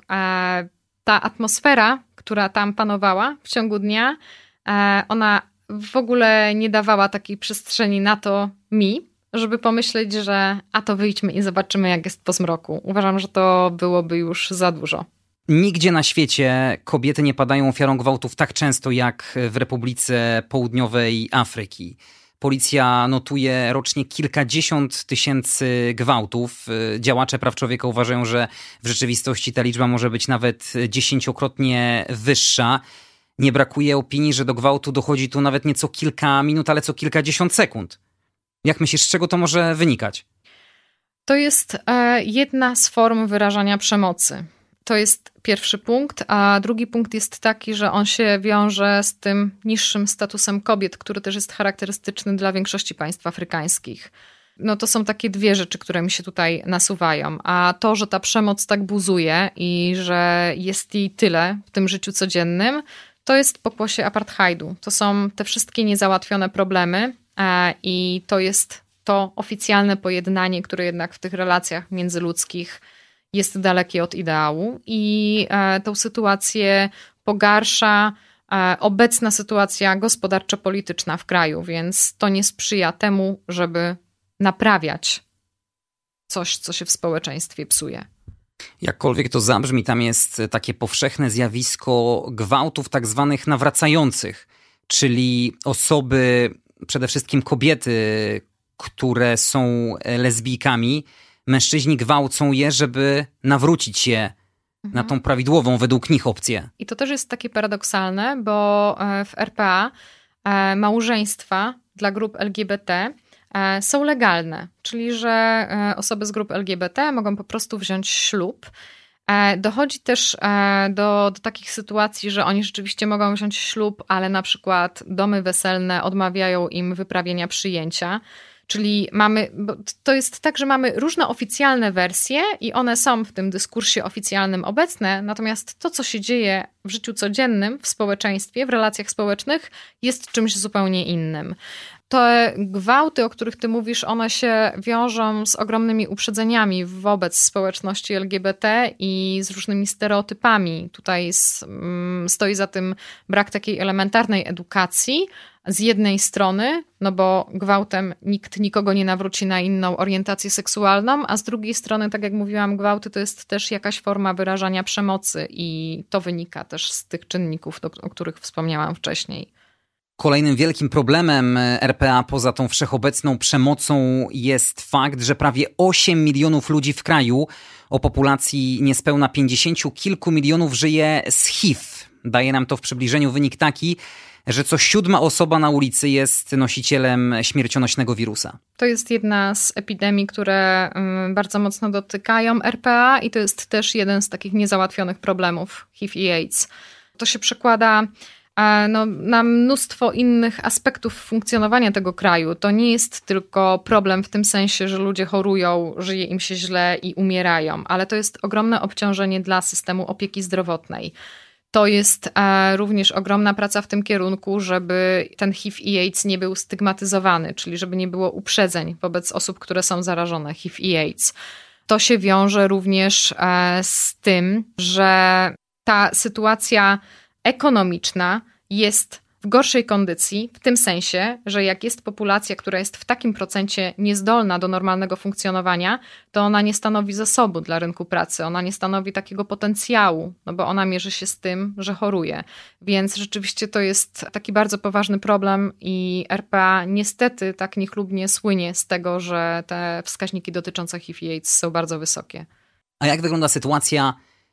Ta atmosfera, która tam panowała w ciągu dnia, ona w ogóle nie dawała takiej przestrzeni na to mi, żeby pomyśleć, że a to wyjdźmy i zobaczymy, jak jest po zmroku. Uważam, że to byłoby już za dużo. Nigdzie na świecie kobiety nie padają ofiarą gwałtów tak często jak w Republice Południowej Afryki. Policja notuje rocznie kilkadziesiąt tysięcy gwałtów. Działacze praw człowieka uważają, że w rzeczywistości ta liczba może być nawet dziesięciokrotnie wyższa. Nie brakuje opinii, że do gwałtu dochodzi tu nawet nie co kilka minut, ale co kilkadziesiąt sekund. Jak myślisz, z czego to może wynikać? To jest e, jedna z form wyrażania przemocy. To jest pierwszy punkt, a drugi punkt jest taki, że on się wiąże z tym niższym statusem kobiet, który też jest charakterystyczny dla większości państw afrykańskich. No to są takie dwie rzeczy, które mi się tutaj nasuwają. A to, że ta przemoc tak buzuje i że jest jej tyle w tym życiu codziennym, to jest pokłosie apartheidu. To są te wszystkie niezałatwione problemy i to jest to oficjalne pojednanie, które jednak w tych relacjach międzyludzkich jest dalekie od ideału i tę sytuację pogarsza obecna sytuacja gospodarczo-polityczna w kraju, więc to nie sprzyja temu, żeby naprawiać coś, co się w społeczeństwie psuje. Jakkolwiek to zabrzmi, tam jest takie powszechne zjawisko gwałtów tak zwanych nawracających, czyli osoby, przede wszystkim kobiety, które są lesbijkami, mężczyźni gwałcą je, żeby nawrócić je mhm. na tą prawidłową według nich opcję. I to też jest takie paradoksalne, bo w R P A małżeństwa dla grup L G B T są legalne, czyli że osoby z grup L G B T mogą po prostu wziąć ślub. Dochodzi też do, do takich sytuacji, że oni rzeczywiście mogą wziąć ślub, ale na przykład domy weselne odmawiają im wyprawienia przyjęcia. Czyli mamy, bo to jest tak, że mamy różne oficjalne wersje i one są w tym dyskursie oficjalnym obecne, natomiast to, co się dzieje w życiu codziennym, w społeczeństwie, w relacjach społecznych, jest czymś zupełnie innym. Te gwałty, o których ty mówisz, one się wiążą z ogromnymi uprzedzeniami wobec społeczności L G B T i z różnymi stereotypami. Tutaj stoi za tym brak takiej elementarnej edukacji z jednej strony, no bo gwałtem nikt nikogo nie nawróci na inną orientację seksualną, a z drugiej strony, tak jak mówiłam, gwałty to jest też jakaś forma wyrażania przemocy i to wynika też z tych czynników, o których wspomniałam wcześniej. Kolejnym wielkim problemem R P A poza tą wszechobecną przemocą jest fakt, że prawie osiem milionów ludzi w kraju o populacji niespełna pięćdziesięciu kilku milionów żyje z H I V. Daje nam to w przybliżeniu wynik taki, że co siódma osoba na ulicy jest nosicielem śmiercionośnego wirusa. To jest jedna z epidemii, które bardzo mocno dotykają R P A i to jest też jeden z takich niezałatwionych problemów H I V i AIDS. To się przekłada no, na mnóstwo innych aspektów funkcjonowania tego kraju. To nie jest tylko problem w tym sensie, że ludzie chorują, żyje im się źle i umierają, ale to jest ogromne obciążenie dla systemu opieki zdrowotnej. To jest również ogromna praca w tym kierunku, żeby ten H I V i AIDS nie był stygmatyzowany, czyli żeby nie było uprzedzeń wobec osób, które są zarażone H I V i AIDS. To się wiąże również z tym, że ta sytuacja ekonomiczna jest w gorszej kondycji, w tym sensie, że jak jest populacja, która jest w takim procencie niezdolna do normalnego funkcjonowania, to ona nie stanowi zasobu dla rynku pracy, ona nie stanowi takiego potencjału, no bo ona mierzy się z tym, że choruje. Więc rzeczywiście to jest taki bardzo poważny problem i R P A niestety tak niechlubnie słynie z tego, że te wskaźniki dotyczące H I V i AIDS są bardzo wysokie. A jak wygląda sytuacja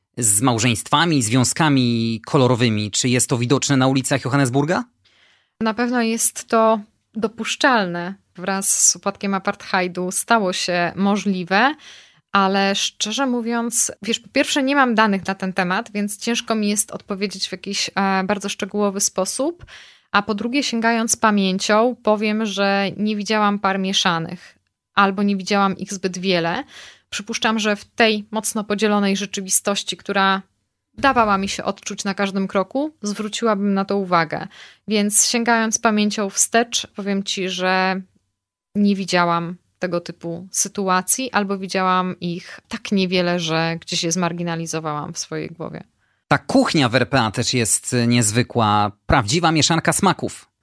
z małżeństwami, związkami kolorowymi? Czy jest to widoczne na ulicach Johannesburga? Na pewno jest to dopuszczalne. Wraz z upadkiem apartheidu stało się możliwe, ale szczerze mówiąc, wiesz, po pierwsze nie mam danych na ten temat, więc ciężko mi jest odpowiedzieć w jakiś e, bardzo szczegółowy sposób, a po drugie sięgając pamięcią powiem, że nie widziałam par mieszanych albo nie widziałam ich zbyt wiele. Przypuszczam, że w tej mocno podzielonej rzeczywistości, która dawała mi się odczuć na każdym kroku, zwróciłabym na to uwagę. Więc sięgając pamięcią wstecz, powiem ci, że nie widziałam tego typu sytuacji, albo widziałam ich tak niewiele, że gdzieś je zmarginalizowałam w swojej głowie. Ta kuchnia w R P A też jest niezwykła. Prawdziwa mieszanka smaków.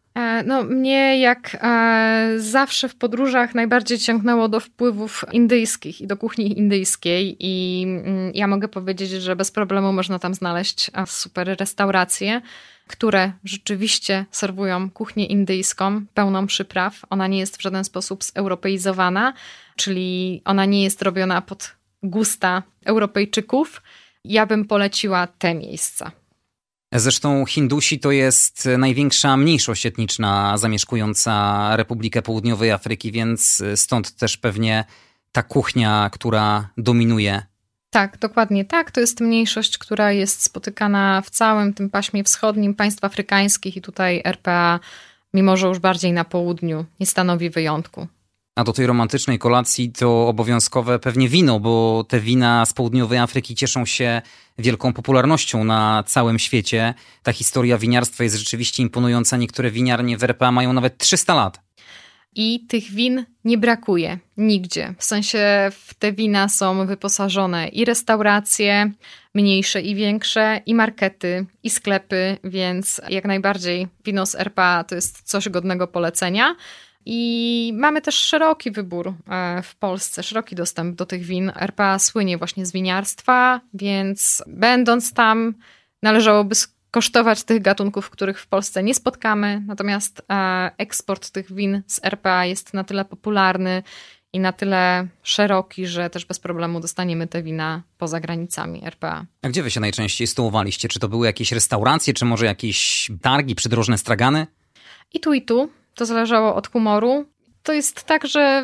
No, mnie jak e, zawsze w podróżach najbardziej ciągnęło do wpływów indyjskich i do kuchni indyjskiej i mm, ja mogę powiedzieć, że bez problemu można tam znaleźć super restauracje, które rzeczywiście serwują kuchnię indyjską, pełną przypraw. Ona nie jest w żaden sposób zeuropeizowana, czyli ona nie jest robiona pod gusta Europejczyków. Ja bym poleciła te miejsca. Zresztą Hindusi to jest największa mniejszość etniczna zamieszkująca Republikę Południowej Afryki, więc stąd też pewnie ta kuchnia, która dominuje. Tak, dokładnie tak. To jest mniejszość, która jest spotykana w całym tym paśmie wschodnim państw afrykańskich i tutaj R P A, mimo że już bardziej na południu, nie stanowi wyjątku. A do tej romantycznej kolacji to obowiązkowe pewnie wino, bo te wina z południowej Afryki cieszą się wielką popularnością na całym świecie. Ta historia winiarstwa jest rzeczywiście imponująca. Niektóre winiarnie w R P A mają nawet trzysta lat. I tych win nie brakuje nigdzie. W sensie w te wina są wyposażone i restauracje, mniejsze i większe, i markety, i sklepy, więc jak najbardziej wino z R P A to jest coś godnego polecenia. I mamy też szeroki wybór w Polsce, szeroki dostęp do tych win. R P A słynie właśnie z winiarstwa, więc będąc tam należałoby kosztować tych gatunków, których w Polsce nie spotkamy. Natomiast eksport tych win z R P A jest na tyle popularny i na tyle szeroki, że też bez problemu dostaniemy te wina poza granicami R P A. A gdzie wy się najczęściej stołowaliście? Czy to były jakieś restauracje, czy może jakieś targi, przydrożne stragany? I tu, i tu. To zależało od humoru. To jest tak, że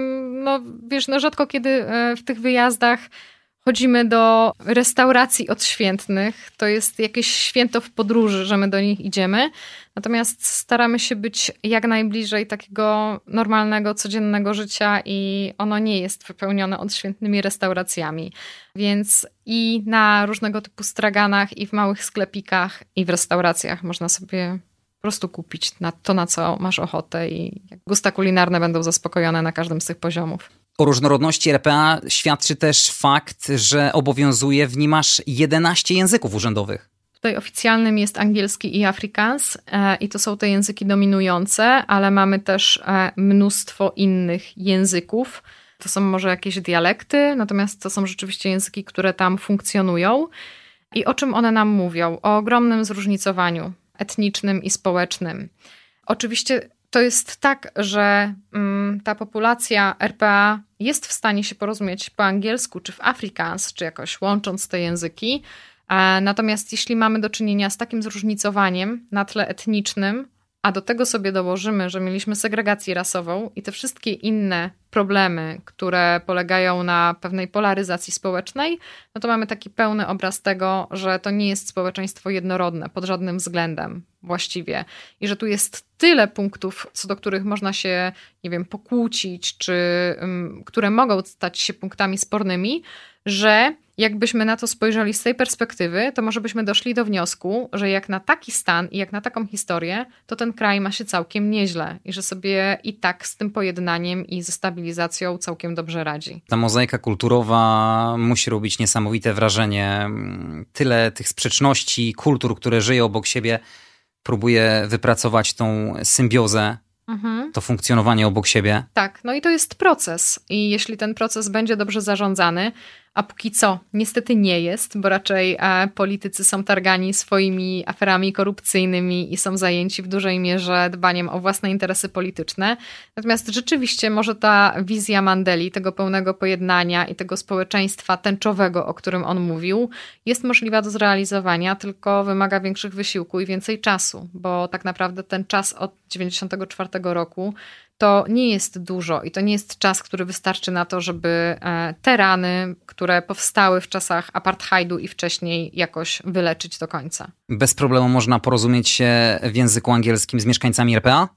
no, wiesz, no rzadko kiedy w tych wyjazdach chodzimy do restauracji odświętnych. To jest jakieś święto w podróży, że my do nich idziemy. Natomiast staramy się być jak najbliżej takiego normalnego, codziennego życia i ono nie jest wypełnione odświętnymi restauracjami. Więc i na różnego typu straganach, i w małych sklepikach, i w restauracjach można sobie po prostu kupić na to, na co masz ochotę i gusta kulinarne będą zaspokojone na każdym z tych poziomów. O różnorodności R P A świadczy też fakt, że obowiązuje w nim aż jedenaście języków urzędowych. Tutaj oficjalnym jest angielski i Afrikaans i to są te języki dominujące, ale mamy też mnóstwo innych języków. To są może jakieś dialekty, natomiast to są rzeczywiście języki, które tam funkcjonują. I o czym one nam mówią? O ogromnym zróżnicowaniu etnicznym i społecznym. Oczywiście to jest tak, że mm, ta populacja R P A jest w stanie się porozumieć po angielsku, czy w Afrikaans, czy jakoś łącząc te języki. E, natomiast jeśli mamy do czynienia z takim zróżnicowaniem na tle etnicznym, a do tego sobie dołożymy, że mieliśmy segregację rasową i te wszystkie inne problemy, które polegają na pewnej polaryzacji społecznej, no to mamy taki pełny obraz tego, że to nie jest społeczeństwo jednorodne pod żadnym względem właściwie. I że tu jest tyle punktów, co do których można się, nie wiem, pokłócić, czy um, które mogą stać się punktami spornymi, że jakbyśmy na to spojrzeli z tej perspektywy, to może byśmy doszli do wniosku, że jak na taki stan i jak na taką historię, to ten kraj ma się całkiem nieźle i że sobie i tak z tym pojednaniem i ze stabilizacją całkiem dobrze radzi. Ta mozaika kulturowa musi robić niesamowite wrażenie. Tyle tych sprzeczności, kultur, które żyją obok siebie, próbuje wypracować tą symbiozę, mhm. to funkcjonowanie obok siebie. Tak, no i to jest proces i jeśli ten proces będzie dobrze zarządzany, a póki co niestety nie jest, bo raczej e, politycy są targani swoimi aferami korupcyjnymi i są zajęci w dużej mierze dbaniem o własne interesy polityczne. Natomiast rzeczywiście może ta wizja Mandeli, tego pełnego pojednania i tego społeczeństwa tęczowego, o którym on mówił, jest możliwa do zrealizowania, tylko wymaga większych wysiłku i więcej czasu, bo tak naprawdę ten czas od dziewięćdziesiątego czwartego roku to nie jest dużo i to nie jest czas, który wystarczy na to, żeby te rany, które powstały w czasach apartheidu i wcześniej jakoś wyleczyć do końca. Bez problemu można porozumieć się w języku angielskim z mieszkańcami R P A?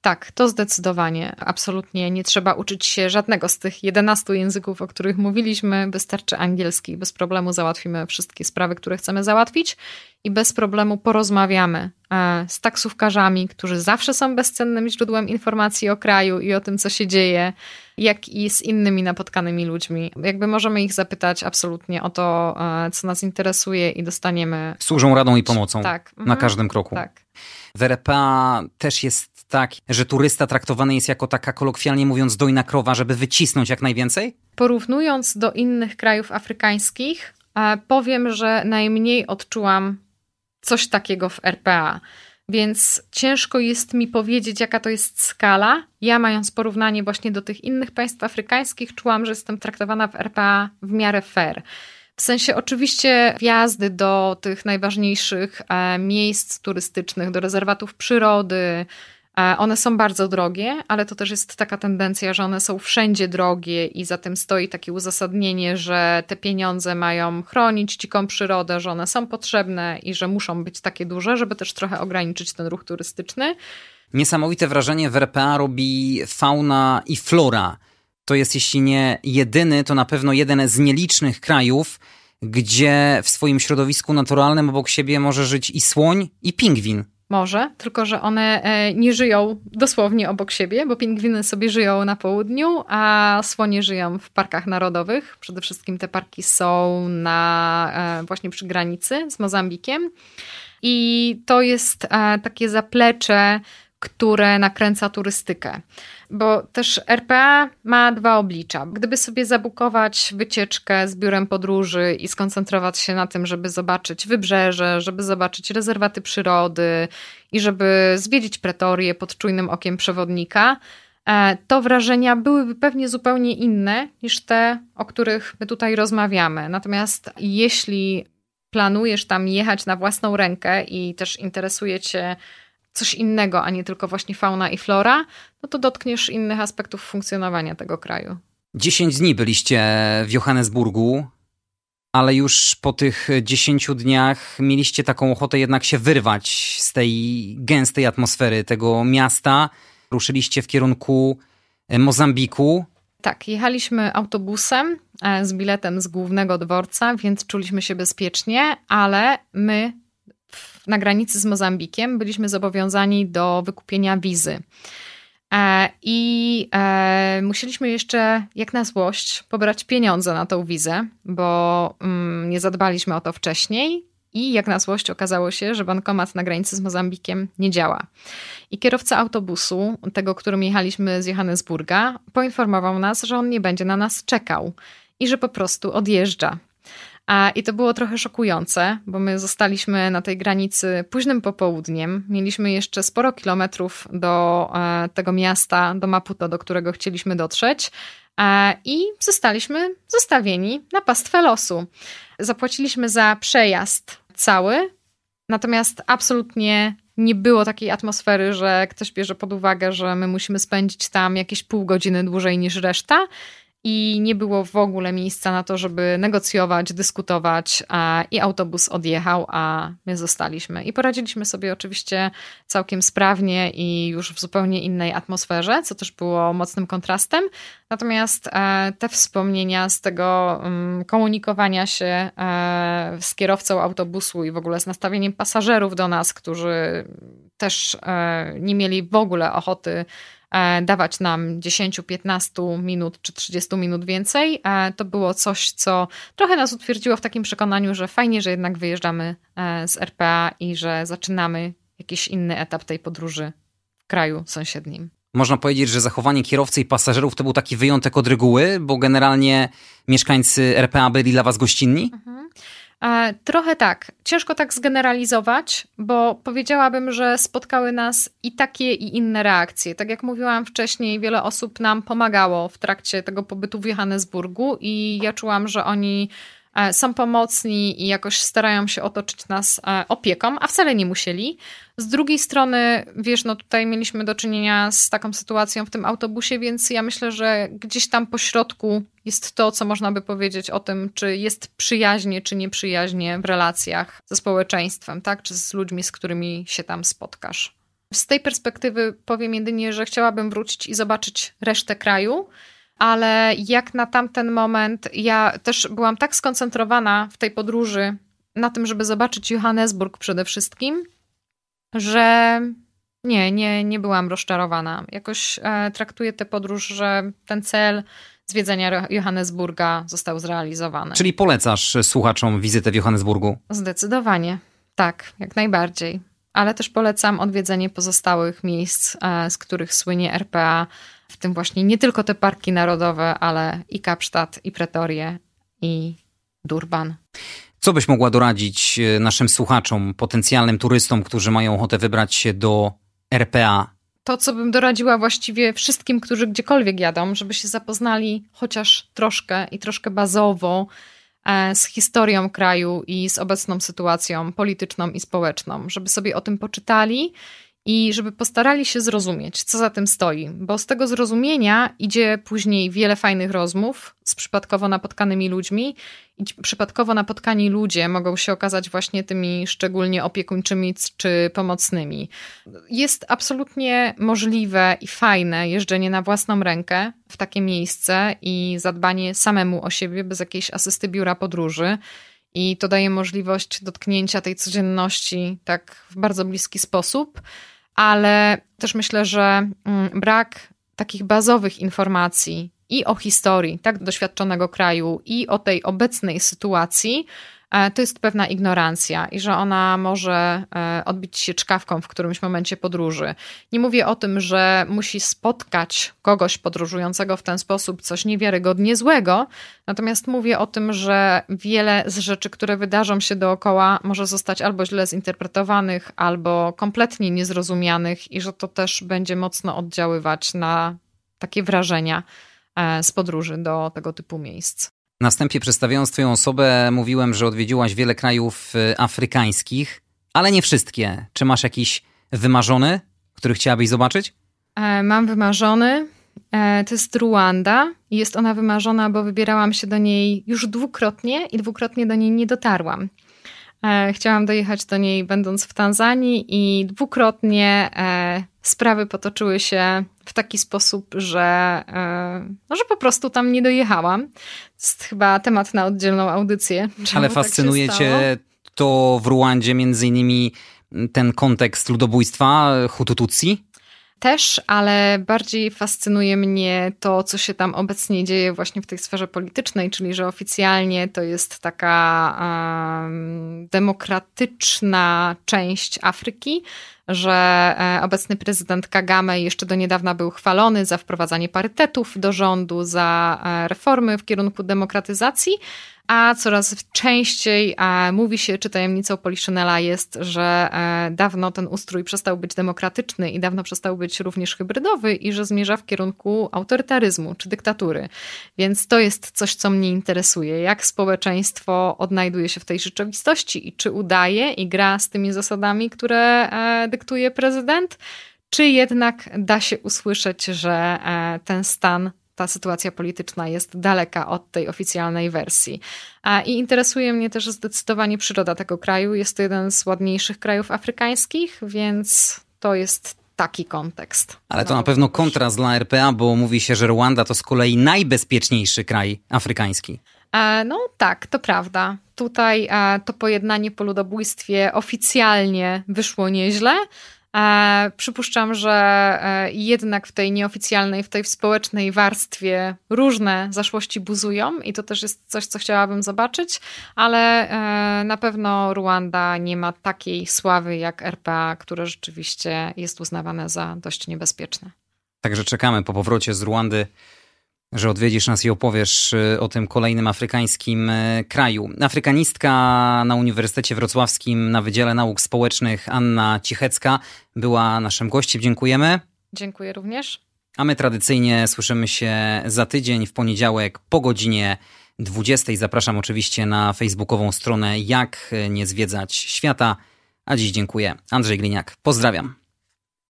Tak, to zdecydowanie. Absolutnie nie trzeba uczyć się żadnego z tych jedenastu języków, o których mówiliśmy. Wystarczy angielski. Bez problemu załatwimy wszystkie sprawy, które chcemy załatwić i bez problemu porozmawiamy z taksówkarzami, którzy zawsze są bezcennym źródłem informacji o kraju i o tym, co się dzieje, jak i z innymi napotkanymi ludźmi. Jakby możemy ich zapytać absolutnie o to, co nas interesuje i dostaniemy... Służą radą i pomocą tak. na Mhm. każdym kroku. Tak. W R P A też jest tak, że turysta traktowany jest jako taka, kolokwialnie mówiąc, dojna krowa, żeby wycisnąć jak najwięcej? Porównując do innych krajów afrykańskich, powiem, że najmniej odczułam coś takiego w R P A. Więc ciężko jest mi powiedzieć, jaka to jest skala. Ja, mając porównanie właśnie do tych innych państw afrykańskich, czułam, że jestem traktowana w R P A w miarę fair. W sensie oczywiście wjazdy do tych najważniejszych e, miejsc turystycznych, do rezerwatów przyrody, e, one są bardzo drogie, ale to też jest taka tendencja, że one są wszędzie drogie i za tym stoi takie uzasadnienie, że te pieniądze mają chronić dziką przyrodę, że one są potrzebne i że muszą być takie duże, żeby też trochę ograniczyć ten ruch turystyczny. Niesamowite wrażenie w R P A robi fauna i flora. To jest, jeśli nie jedyny, to na pewno jeden z nielicznych krajów, gdzie w swoim środowisku naturalnym obok siebie może żyć i słoń, i pingwin. Może, tylko że one nie żyją dosłownie obok siebie, bo pingwiny sobie żyją na południu, a słonie żyją w parkach narodowych. Przede wszystkim te parki są na, właśnie przy granicy z Mozambikiem. I to jest takie zaplecze, które nakręca turystykę. Bo też R P A ma dwa oblicza. Gdyby sobie zabukować wycieczkę z biurem podróży i skoncentrować się na tym, żeby zobaczyć wybrzeże, żeby zobaczyć rezerwaty przyrody i żeby zwiedzić Pretorię pod czujnym okiem przewodnika, to wrażenia byłyby pewnie zupełnie inne niż te, o których my tutaj rozmawiamy. Natomiast jeśli planujesz tam jechać na własną rękę i też interesuje cię coś innego, a nie tylko właśnie fauna i flora, no to dotkniesz innych aspektów funkcjonowania tego kraju. Dziesięć dni byliście w Johannesburgu, ale już po tych dziesięciu dniach mieliście taką ochotę jednak się wyrwać z tej gęstej atmosfery tego miasta. Ruszyliście w kierunku Mozambiku. Tak, jechaliśmy autobusem z biletem z głównego dworca, więc czuliśmy się bezpiecznie, ale my na granicy z Mozambikiem byliśmy zobowiązani do wykupienia wizy. E, I e, musieliśmy jeszcze, jak na złość, pobrać pieniądze na tą wizę, bo mm, nie zadbaliśmy o to wcześniej i jak na złość okazało się, że bankomat na granicy z Mozambikiem nie działa. I kierowca autobusu, tego, którym jechaliśmy z Johannesburga, poinformował nas, że on nie będzie na nas czekał i że po prostu odjeżdża. I to było trochę szokujące, bo my zostaliśmy na tej granicy późnym popołudniem. Mieliśmy jeszcze sporo kilometrów do tego miasta, do Maputo, do którego chcieliśmy dotrzeć. I zostaliśmy zostawieni na pastwę losu. Zapłaciliśmy za przejazd cały, natomiast absolutnie nie było takiej atmosfery, że ktoś bierze pod uwagę, że my musimy spędzić tam jakieś pół godziny dłużej niż reszta. I nie było w ogóle miejsca na to, żeby negocjować, dyskutować a, i autobus odjechał, a my zostaliśmy. I poradziliśmy sobie oczywiście całkiem sprawnie i już w zupełnie innej atmosferze, co też było mocnym kontrastem. Natomiast e, te wspomnienia z tego um, komunikowania się e, z kierowcą autobusu i w ogóle z nastawieniem pasażerów do nas, którzy też e, nie mieli w ogóle ochoty dawać nam dziesięć, piętnaście minut czy trzydzieści minut więcej, to było coś, co trochę nas utwierdziło w takim przekonaniu, że fajnie, że jednak wyjeżdżamy z R P A i że zaczynamy jakiś inny etap tej podróży w kraju sąsiednim. Można powiedzieć, że zachowanie kierowcy i pasażerów to był taki wyjątek od reguły, bo generalnie mieszkańcy R P A byli dla was gościnni? Mhm. Trochę tak. Ciężko tak zgeneralizować, bo powiedziałabym, że spotkały nas i takie, i inne reakcje. Tak jak mówiłam wcześniej, wiele osób nam pomagało w trakcie tego pobytu w Johannesburgu i ja czułam, że oni są pomocni i jakoś starają się otoczyć nas opieką, a wcale nie musieli. Z drugiej strony, wiesz, no tutaj mieliśmy do czynienia z taką sytuacją w tym autobusie, więc ja myślę, że gdzieś tam po środku jest to, co można by powiedzieć o tym, czy jest przyjaźnie, czy nieprzyjaźnie w relacjach ze społeczeństwem, tak? Czy z ludźmi, z którymi się tam spotkasz. Z tej perspektywy powiem jedynie, że chciałabym wrócić i zobaczyć resztę kraju, ale jak na tamten moment ja też byłam tak skoncentrowana w tej podróży na tym, żeby zobaczyć Johannesburg przede wszystkim, że nie, nie, nie byłam rozczarowana. Jakoś e, traktuję tę podróż, że ten cel zwiedzenia Johannesburga został zrealizowany. Czyli polecasz słuchaczom wizytę w Johannesburgu? Zdecydowanie, tak, jak najbardziej. Ale też polecam odwiedzenie pozostałych miejsc, e, z których słynie R P A, w tym właśnie nie tylko te parki narodowe, ale i Kapsztad, i Pretorię, i Durban. Co byś mogła doradzić naszym słuchaczom, potencjalnym turystom, którzy mają ochotę wybrać się do R P A? To, co bym doradziła właściwie wszystkim, którzy gdziekolwiek jadą, żeby się zapoznali chociaż troszkę i troszkę bazowo z historią kraju i z obecną sytuacją polityczną i społeczną, żeby sobie o tym poczytali i żeby postarali się zrozumieć, co za tym stoi, bo z tego zrozumienia idzie później wiele fajnych rozmów z przypadkowo napotkanymi ludźmi i przypadkowo napotkani ludzie mogą się okazać właśnie tymi szczególnie opiekuńczymi czy pomocnymi. Jest absolutnie możliwe i fajne jeżdżenie na własną rękę w takie miejsce i zadbanie samemu o siebie bez jakiejś asysty biura podróży. I to daje możliwość dotknięcia tej codzienności tak w bardzo bliski sposób, ale też myślę, że brak takich bazowych informacji i o historii tak doświadczonego kraju i o tej obecnej sytuacji to jest pewna ignorancja i że ona może odbić się czkawką w którymś momencie podróży. Nie mówię o tym, że musi spotkać kogoś podróżującego w ten sposób coś niewiarygodnie złego, natomiast mówię o tym, że wiele z rzeczy, które wydarzą się dookoła, może zostać albo źle zinterpretowanych, albo kompletnie niezrozumianych i że to też będzie mocno oddziaływać na takie wrażenia z podróży do tego typu miejsc. Na wstępie, przedstawiając twoją osobę, mówiłem, że odwiedziłaś wiele krajów afrykańskich, ale nie wszystkie. Czy masz jakiś wymarzony, który chciałabyś zobaczyć? Mam wymarzony. To jest Ruanda. Jest ona wymarzona, bo wybierałam się do niej już dwukrotnie i dwukrotnie do niej nie dotarłam. Chciałam dojechać do niej będąc w Tanzanii i dwukrotnie sprawy potoczyły się w taki sposób, że, no, że po prostu tam nie dojechałam. To jest chyba temat na oddzielną audycję. Ale fascynuje tak cię to w Ruandzie między innymi ten kontekst ludobójstwa Hutu-Tutsi? Też, ale bardziej fascynuje mnie to, co się tam obecnie dzieje właśnie w tej sferze politycznej, czyli że oficjalnie to jest taka um, demokratyczna część Afryki, że obecny prezydent Kagame jeszcze do niedawna był chwalony za wprowadzanie parytetów do rządu, za reformy w kierunku demokratyzacji, a coraz częściej mówi się, czy tajemnicą Poliszynela jest, że dawno ten ustrój przestał być demokratyczny i dawno przestał być również hybrydowy i że zmierza w kierunku autorytaryzmu czy dyktatury. Więc to jest coś, co mnie interesuje. Jak społeczeństwo odnajduje się w tej rzeczywistości i czy udaje i gra z tymi zasadami, które dyktuje prezydent, czy jednak da się usłyszeć, że ten stan, ta sytuacja polityczna jest daleka od tej oficjalnej wersji. I interesuje mnie też zdecydowanie przyroda tego kraju. Jest to jeden z ładniejszych krajów afrykańskich, więc to jest taki kontekst. Ale to na pewno kontrast dla R P A, bo mówi się, że Ruanda to z kolei najbezpieczniejszy kraj afrykański. No tak, to prawda. Tutaj to pojednanie po ludobójstwie oficjalnie wyszło nieźle. Przypuszczam, że jednak w tej nieoficjalnej, w tej społecznej warstwie różne zaszłości buzują i to też jest coś, co chciałabym zobaczyć, ale na pewno Ruanda nie ma takiej sławy jak R P A, które rzeczywiście jest uznawane za dość niebezpieczne. Także czekamy po powrocie z Ruandy, że odwiedzisz nas i opowiesz o tym kolejnym afrykańskim kraju. Afrykanistka na Uniwersytecie Wrocławskim na Wydziale Nauk Społecznych Anna Cichecka była naszym gościem. Dziękujemy. Dziękuję również. A my tradycyjnie słyszymy się za tydzień w poniedziałek po godzinie dwudziestej. Zapraszam oczywiście na facebookową stronę Jak nie zwiedzać świata. A dziś dziękuję. Andrzej Gliniak. Pozdrawiam.